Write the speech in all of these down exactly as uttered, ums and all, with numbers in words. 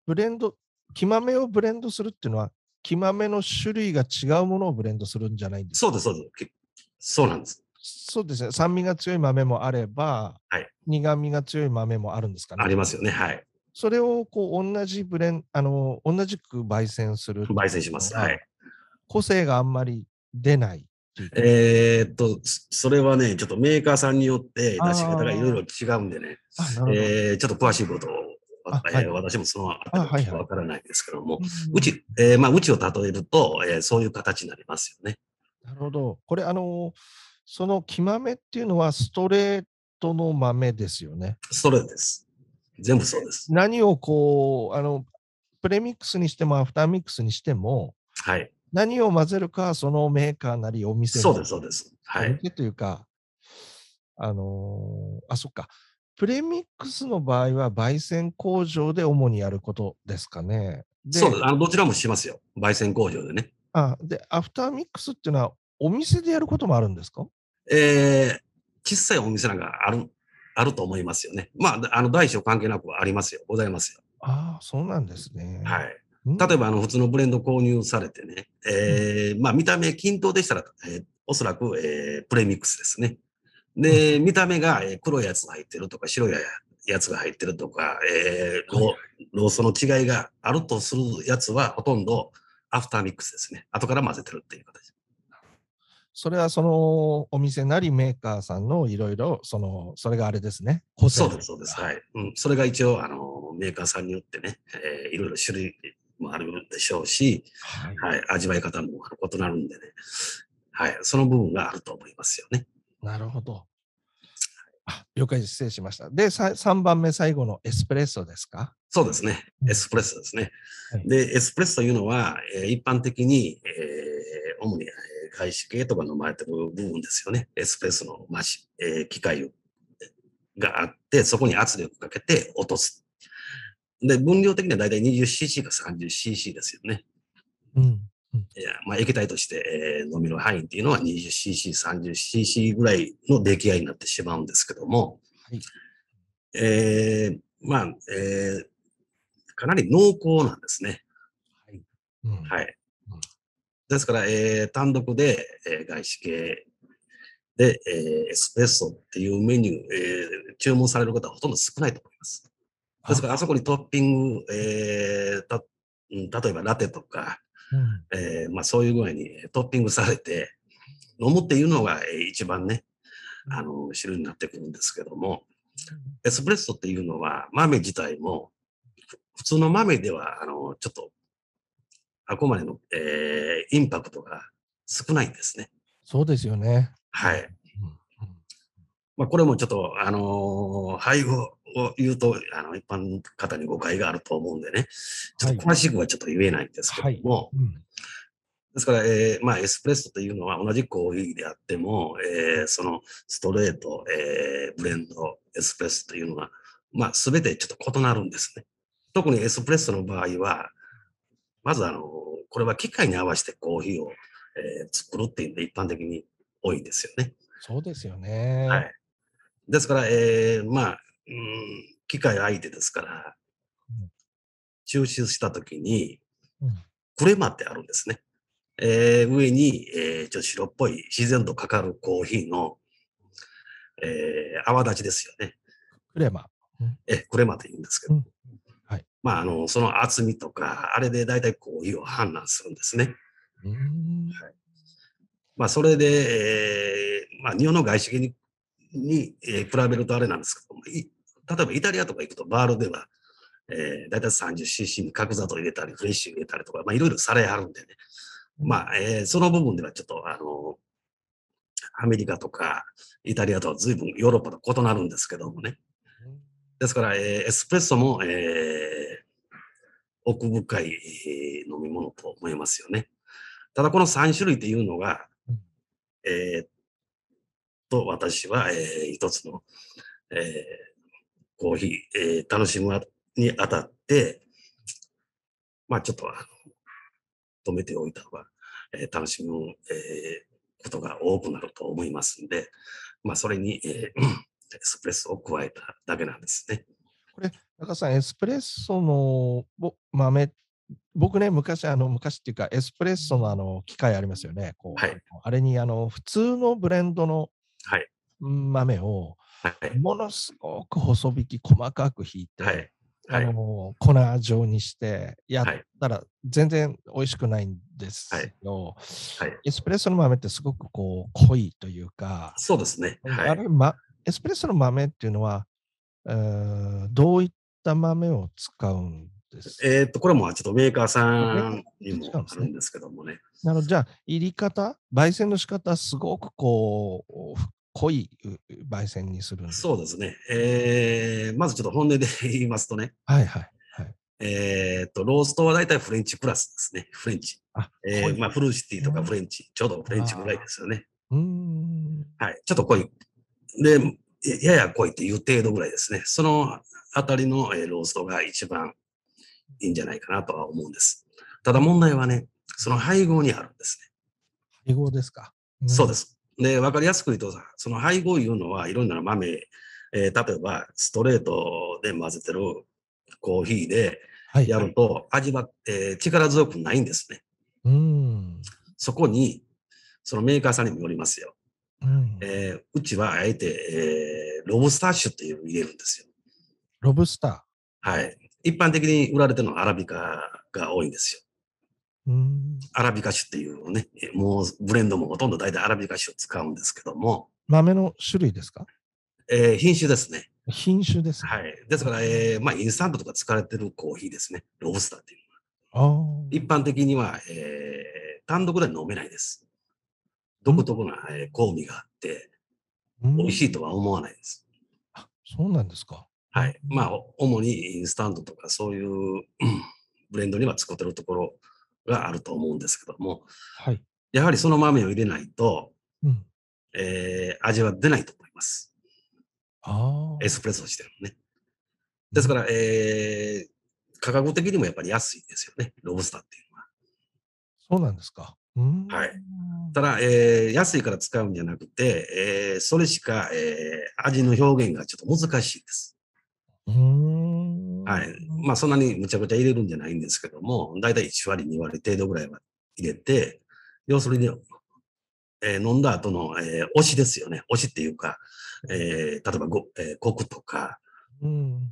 ブレンド、生豆をブレンドするっていうのは、生豆の種類が違うものをブレンドするんじゃないんですか？ そうです、そうです。けそうなんです。 そうですね。酸味が強い豆もあれば、 はい。 苦味が強い豆もあるんですかね？ ありますよね、はい。 それをこう同じブレンあの、同じく焙煎するっていう焙煎します。はのは、 い。 個性があんまり出ないっていうこと。 えーっと、そそれはね、ちょっとメーカーさんによって出し方がいろいろあ違うんでね、 あ、あ、なるほど。 えーちょっと詳しいことを、わあ、はい。 えー私もそのあたあ、 りはちょっとはいはい。 わからないんですけども、 うんうん。 うち、えーまあ、うちを例えると、えーそういう形になりますよね。 なるほど。これあの、その生豆っていうのはストレートの豆ですよね。 それです。全部そうです。 何をこう、あの、プレミックスにしてもアフターミックスにしても、 はい。 何を混ぜるかはそのメーカーなりお店に、 そうです、そうです。はい。 お店というか、あの、あ、そっか。プレミックスの場合は焙煎工場で主にやることですかね。で、 そうです。あの、どちらもしますよ。焙煎工場でね。 あ、で、アフターミックスっていうのはお店でやることもあるんですか？ えー小さいお店なんかある、あると思いますよね。まあ、あの、大小関係なくありますよ。ございますよ。 ああ、そうなんですね。 はい。 うん、 例えば、あの、普通のブレンド購入されてね、 うん、 えーまあ、見た目均等でしたら、えーおそらく、えープレミックスですね。 うん。 で、見た目が、えー黒いやつが入ってるとか、白いやつが入ってるとか、えーはいはい。 ロー、ローストの違いがあるとするやつは、ほとんどアフターミックスですね。後から混ぜてるっていう形。 それはそのお店なりメーカーさんのいろいろ、その、それがあれですね、個性というそうです、そうです。はか。 い。うん。それが一応、あの、メーカーさんによってね、えーいろいろ種類もあるでしょうし、 はい。 はい。味わい方も異なるんでね。はい。その部分があると思いますよね。 なるほど。あ、了解です。失礼しました。で、ささんばんめ、最後のエスプレッソですか？ そうですね。 うん、 エスプレッソですね。 はい。 で、エスプレッソというのは、えー一般的に、えー主に、えー外資系とか飲まれてる部分ですよね。エスプレッソのマシ、えー機械があって、そこに圧力かけて落とす。で、分量的にはだいたい にじゅっシーシー か さんじゅっシーシー ですよね。 うん、うん。 いや、まあ、液体として、えー飲みの範囲っていうのは にじゅっシーシー、さんじゅっシーシー ぐらいの出来合いになってしまうんですけども、 はい。 えーまあ、えーかなり濃厚なんですね。 はい。うん、うん。 はい。ですから、えー単独で、えー外資系で、えーエスプレッソっていうメニュー、えー注文される方はほとんど少ないと思います。ですから、あそあ、 こにトッピング、えーたうん例えばラテとか、 うん。 えーまあ、そういう具合にトッピングされて、飲むっていうのがえー一番ね、 うん、 あの、主流になってくるんですけども、 うん。 エスプレッソっていうのは豆自体も、普通の豆では、あの、ちょっと、あくまでの、えーインパクトが少ないんですね。 そうですよね。うん、うん、 はい。 うん。 まあ、これもちょっと、あのー配合を言うと、あの、一般の方に誤解があると思うんでね、ちょはい。 っと詳しくはちょっと言えないんですけはい。 ども、 うん。 ですから、えーまあ、エスプレッソというのは同じコーヒーであっても、えーそのストレート、えーブレンド、エスプレッソというのは、まあ、すべてちょっと異なるんですね。特にエスプレッソの場合は、まずあの、これは機械に合わせてコーヒーを、えー作るっていうんで一般的に多いんですよね。 そうですよね。 はい。ですから、えーまあ、うん、機械相手ですから、抽出したときに、 うん、うん。 クレマってあるんですね。えー上に、えーちょっと白っぽい自然とかかるコーヒーの、えー泡立ちですよね。 クレマ。うん、 え、クレマと言うんですけど。 うん。はい。 まあ、あの、その厚みとか、あれで大体コーヒーを判断するんですね。 うーん。 はい。まあ、それで、えーまあ、日本の外資系に、に、えー比べるとあれなんですけども、い例えばイタリアとか行くとバールでは、えー、だいたい さんじゅっシーシー に角砂糖入れたり、フレッシュ入れたりとか、まあ、いろいろされはるんでね。 うん。 まあ、えーその部分ではちょっと、あの、アメリカとかイタリアとは随分ヨーロッパと異なるんですけどもね。 うん。 ですから、えーエスプレッソも、えー奥深い、えー飲み物と思いますよね。ただこのさん種類っていうのが、 うん。 えーっと、私は、えー一つの、えーコーヒー、えー楽しむにあたって、まあちょっとあの止めておいた方が、えー楽しむ、えーことが多くなると思いますんで、まあそれに、えーエスプレッソを加えただけなんですね。 これ、 高さん、エスプレッソのぼ豆、僕ね、昔、あの、昔っていうか、エスプレッソのあの、機械ありますよね。こう、あのはい。 あれに、あの、普通のブレンドのはい。 豆を、 はい。 ものすごく細引き、細かくひいて、 はい。 あはい。 の、粉状にしてやっはい。 たら全然美味しくないんではい。 すよ。 はい。 エスプレッソの豆ってすごくこう濃いというか、 そうですね。はい。 あれ、ま、エスプレッソの豆っていうのは、えーどういった豆を使うんですえっと、これもちょっとメーカーさか？メーカーんに違うんですね。 もあるんですけどもね。 なので、じゃあ、入り方、焙煎の仕方、すごくこう、濃いう焙煎にするんです。 そうですね。えー、まずちょっと本音で言いますとね、 はいはいはい。 えっと、ローストはだいたいフレンチクラスですね。フレンチ。 あ、濃いえー、まあ、フルーシティとかね。 フレンチ、ちょうどフレンチぐらいでああ、 すよね。 うーん。 はい。ちょっと濃い。で、やや濃いっていう程度ぐらいですね。そのあたりの、えーローストが一番いいんじゃないかなとは思うんです。ただ問題はね、その配合にあるんですね。 配合ですか。うん。 そうです。で、わかりやすく言うと、その配合いうのはいろんな豆、えー例えばストレートで混ぜてるコーヒーでやはいはい。 ると味は、えー力強くないんですね。 うーん。 そこに、そのメーカーさんにもよりますよ。 うん。 えーうちはあえて、えーロブスター種っていうのを入れるんですよ。 ロブスタはい。一般的に売られてるのはアラビカが多いんですよ。 ー。うーん。 アラビカ種っていうのをね、もうブレンドもほとんど大体アラビカ種を使うんですけども、 豆の種類ですか？ えー品種ですね。 品種ですね。 はい。ですから、えーまあ、インスタントとか使われてるコーヒーですね。ロブスターっていうのは。 ああ。 一般的には、えー単独で飲めないです。 うん。 独特な、えー香味があって、 うん。 美味しいとは思わないです。 あ、そうなんですか。うん。 はい。まあ、主にインスタントとかそういううんブレンドには使ってるところがあると思うんですけども、 はい。 やはりその豆を入れないと、 うん。 えー味は出ないと思います。 ああ。 エスプレッソしてるのね。 うん。 ですから、えー価格的にもやっぱり安いですよね。ロブスターっていうのは。 そうなんですか。うーん。 はい。ただ、えー安いから使うんじゃなくて、えーそれしか、えー味の表現がちょっと難しいです。 うーん。 はい。まあ、そんなにむちゃくちゃ入れるんじゃないんですけども、だいたいいち割、に割程度ぐらいは入れて、要するに、えー飲んだ後の、えー推しですよね。推しっていうか、えー例えばご、えーコクとか、 うん。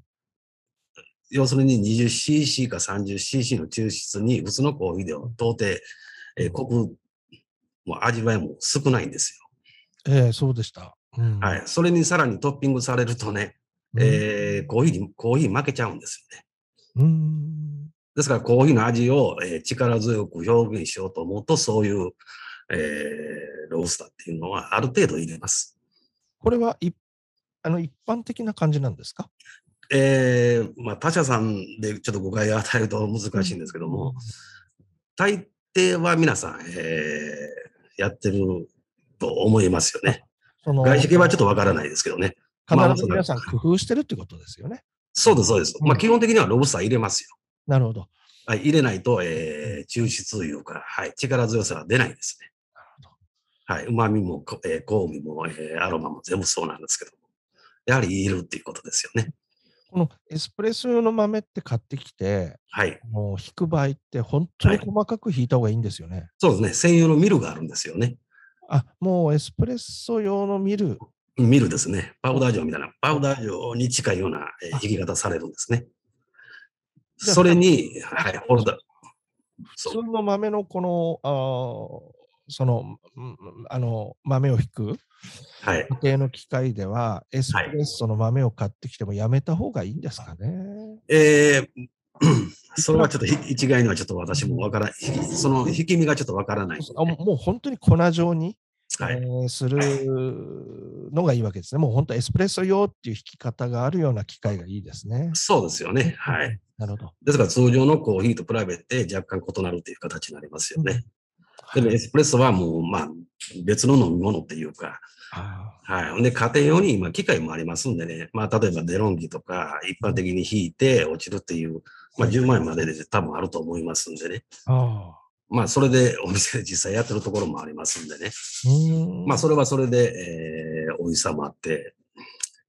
要するに にじゅっシーシー か さんじゅっシーシー の抽出に、普通のコーヒーでは到底、えーコクも味わいも少ないんですよ。 ええ、そうでした。うん。 はい。それにさらにトッピングされるとね、 うん。 えーコーヒーに、コーヒー負けちゃうんですよね。 うーん。 ですからコーヒーの味を、えー力強く表現しようと思うと、そういう、えーロースターっていうのはある程度入れます。 これは、いあの、一般的な感じなんですか？ えーまあ、他社さんでちょっと誤解を与えるとうん。 難しいんですけども、大抵は皆さん、えーやってると思いますよあ、 ね。 その、 外資系はちょっとわからないですけどね。 必まあ、おそらく。 ず皆さん工夫してるってことですよね。 そうです、そうです。まあ、 うん。 基本的にはロブスター入れますよ。 なるほど。 はい、入れないと、 うん。 えー抽出というか、はい、力強さは出ないですね。 なるほど。 はい、旨味も、こえー香味も、えーアロマも全部そうなんですけども、やはりいるっていうことですよね。 このエスプレッソ用の豆って買ってきて、 はい。 もうひく場合ってほんとはい。 に細かくひいた方がいいんですよね。 そうですね。専用のミルがあるんですよね。 あ、もうエスプレッソ用のミルミルですね。パウを、 ダー状みたいな、パウおダー状に近いような、えー、 あ、 弾き方されるんですね。 じゃあ、 それに、はい、 あ、 ホルダー、 普通そう。 の豆のこの、あその、うん、あの、豆をひくはい。 家庭の機械では、エスはい。 プレッソの豆を買ってきてもやめた方がいいんですかね？ えー、 いくらそれはちょっと一概にはちょっと私もわからない。その引き身がちょっとわからないんであ、 ね。 もう本当に粉状に、えはい。 ーするのがいいわけですね。もう本当エスプレッソ用っていう引き方があるような機械がいいですね。 そうですよね。 うんうんうん。 はい。 なるほど。 ですから通常のコーヒーと比べて若干異なるという形になりますようん。 ね。でもはい。 エスプレッソはもう、まあ、別の飲み物っていうか、 あはい。で、家庭用に今機械もありますんでね、まあ、例えばデロンギとか一般あ、 的に引いて落ちるっていう、まあ、 はい。 じゅうまん円までで多分あると思いますんでね。 ああ。 まあ、それでお店で実際やってるところもありますんでね。 うーまあ、 ん。 それはそれで、えー、美味しさもあって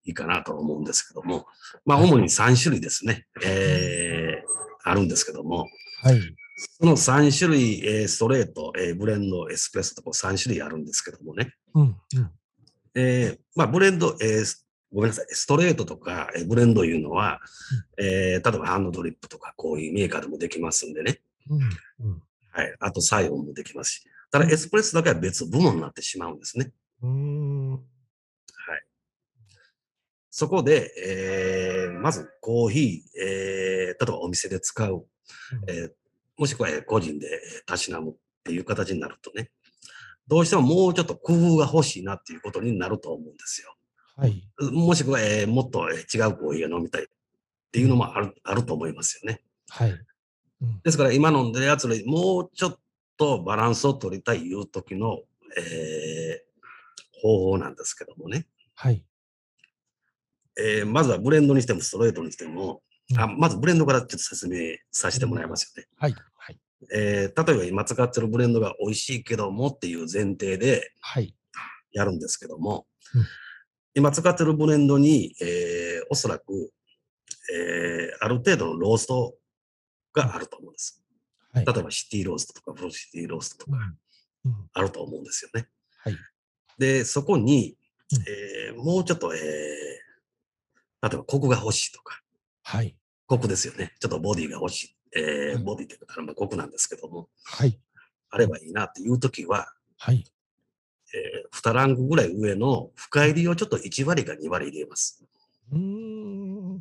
いいかなと思うんですけども、まあ、 はい。 主にさん種類ですね、えーあるんですけども、 はい。 そのさん種類、えーストレート、えーブレンド、エスプレッソとこうさん種類あるんですけどもね、 うん、うん。 えーまあ、ブレンド、えーすごめんなさい、ストレートとか、えーブレンドいうのは、 うん、 えー例えばハンドドリップとか、こういうメーカーでもできますんでね。 うん、うん。 はい。あと、サイオンもできますし。ただ、 うん、 エスプレッソだけは別部門になってしまうんですね。 うーん。 はい。そこで、えーまずコーヒー、えー例えばお店で使う、 うん。 えーもしくはえー個人でたしなむっていう形になるとね、どうしてももうちょっと工夫が欲しいなっていうことになると思うんですよ。 はい。 もしくは、えーもっとえー違うコーヒーが飲みたいってうん。 いうのもあるあると思いますよね。 はい。うん。 ですから今飲んでるやつよりもうちょっとバランスを取りたいいう時の、えー方法なんですけどもね。 はい。 えーまずはブレンドにしてもストレートにしても、あうん。 まずブレンドからちょっと説明させてもらいブレンド。 ますよね。 はい。はい。 えー例えば今使ってるブレンドが美味しいけどもっていう前提ではい。 やるんですけども、 うん。 今使ってるブレンドに、えーおそらく、えーある程度のローストうん。 があると思うんです。 はい。 例えばシティローストとかブルーシティローストとかうん。うん。 あると思うんですよね。 はい。 で、そこに、 うん。 えーもうちょっと、えー例えばコクが欲しいとか、 はい。 コクですよね。ちょっとボディが欲しい。えーはい。 ボディっていうか、あのまあコクなんですけども、 はい。 あうん。 ればいいなっていうときは、 はい。 えーにランクぐらい上の深入りをちょっといち割かに割入れます。 うーん。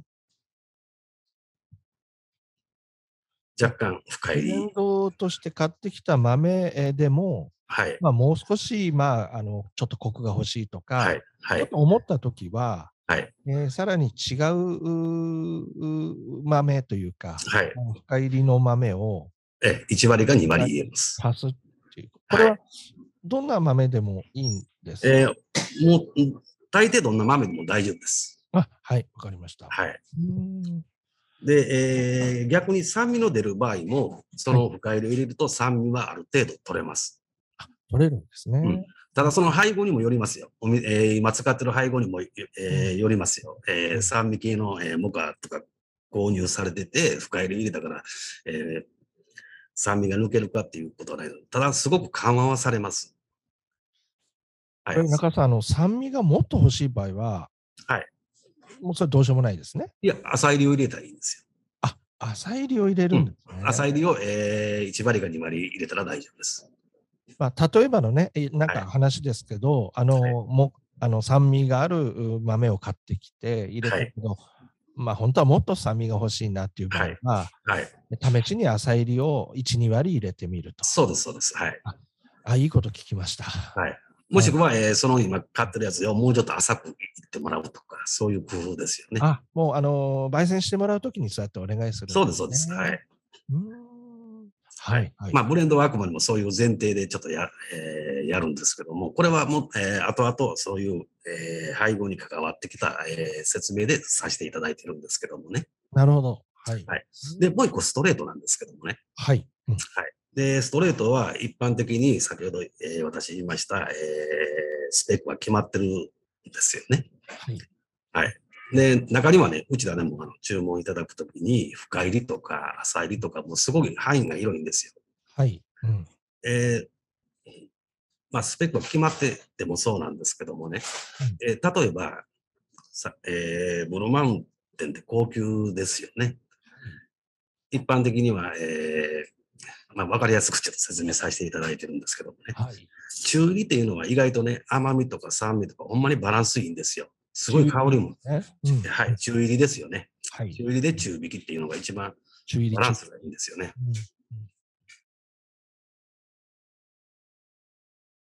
じゃ、 若干深ブレン入り。 ドとして買ってきた豆、え、でも、 はい。 ま、もう少し、まあ、あの、ちょっとコクが欲しいとか、 はい。はい。 ちょっと思った時は、 はい。 ええ、さらに違う、うう豆というか、 はい。 あの、深入りの豆をえー、いち割かに割割り入れます。 足すっていう。これははい。 どんな豆でもいいんですか？ えーもう、ん大抵どんな豆でも大丈夫です。 あ、はい、わかりました。 はい。 うーん。 で、えー逆に酸味の出る場合も、そはい、 の深入りを入れると酸味はある程度取れます。 取れるんですうん。 ね。 ただその配合にもよりますよ。おみえー今使ってる配合にも、えうん、 ーよりますよ。えーうん。 酸味系の、えーモカとか購入されてて、深入り入れたから、えー酸味が抜けるかっていうことはない。ただすごく緩和はされます。はい。 これ中田さん、あの、酸味がもっと欲しい場合は、 はい。 もうそれどうしようもないですね。 いや、浅入りを入れたらいいんですあ、浅煎りを入れよ。うん。 るんですね。 浅入りを、えー、いち割かに割入れたら大丈夫です。 まあ、例えばのね、え、なんかはい。 話ですけど、あはい。 の、もあの、酸味がある、う豆を買ってきて入れはい。 たけど、まあ、ほんとはもっと酸味が欲しいなっていう場はい。 合は、 はい。 試しに浅煎りをいち、に割入れてみると。 そうです、そうです。はい。 あ、あ、いいこと聞きました。 はい。もはい。 しくは、えーその今買ってるやつをもうちょっと浅くいってもらうとか、そういう工夫ですよね。 あ、もうあの、焙煎してもらう時にそうやってお願いするんそうです、 ですそうです。はね。 い。 うーん。 はい。 はいはい。 まあ、ブレンドはあくまでもそういう前提でちょっとや、えーやるんですけども、これはもう、えー後々そういう、えー配合に関わってきた、えー説明でさせていただいてるんですけどもね。 なるほど。はい。 はい。で、 うん。 もう一個ストレートなんですけどもね。 はい。うん。 はい。で、ストレートは一般的に先ほど、えー私言いました、えースペックは決まってるんですよね。 はい。 はい。で、中にはね、うちらでもあの注文いただくときに、深入りとか浅入りとか、もうすごい範囲が広いんですよ。 はい。うん。 えーまあ、スペックは決まっててもそうなんですけどもね、 うん。 えー例えば、さえーブルーマウンテンって高級ですよね。 はい。 一般的には、えーまあ、わかりやすくちょっと説明させていただいてるんですけどもね。 はい。 中入りっていうのは意外とね、甘みとか酸味とか、ほんまにバランスいいんですよ。すごい中入り香りも、 ね。うん。 はい、 うん。 中入りですよね。 はい。 中入りで中引きっていうのが一番中入り中。 バランスがいいんですよね。 うん。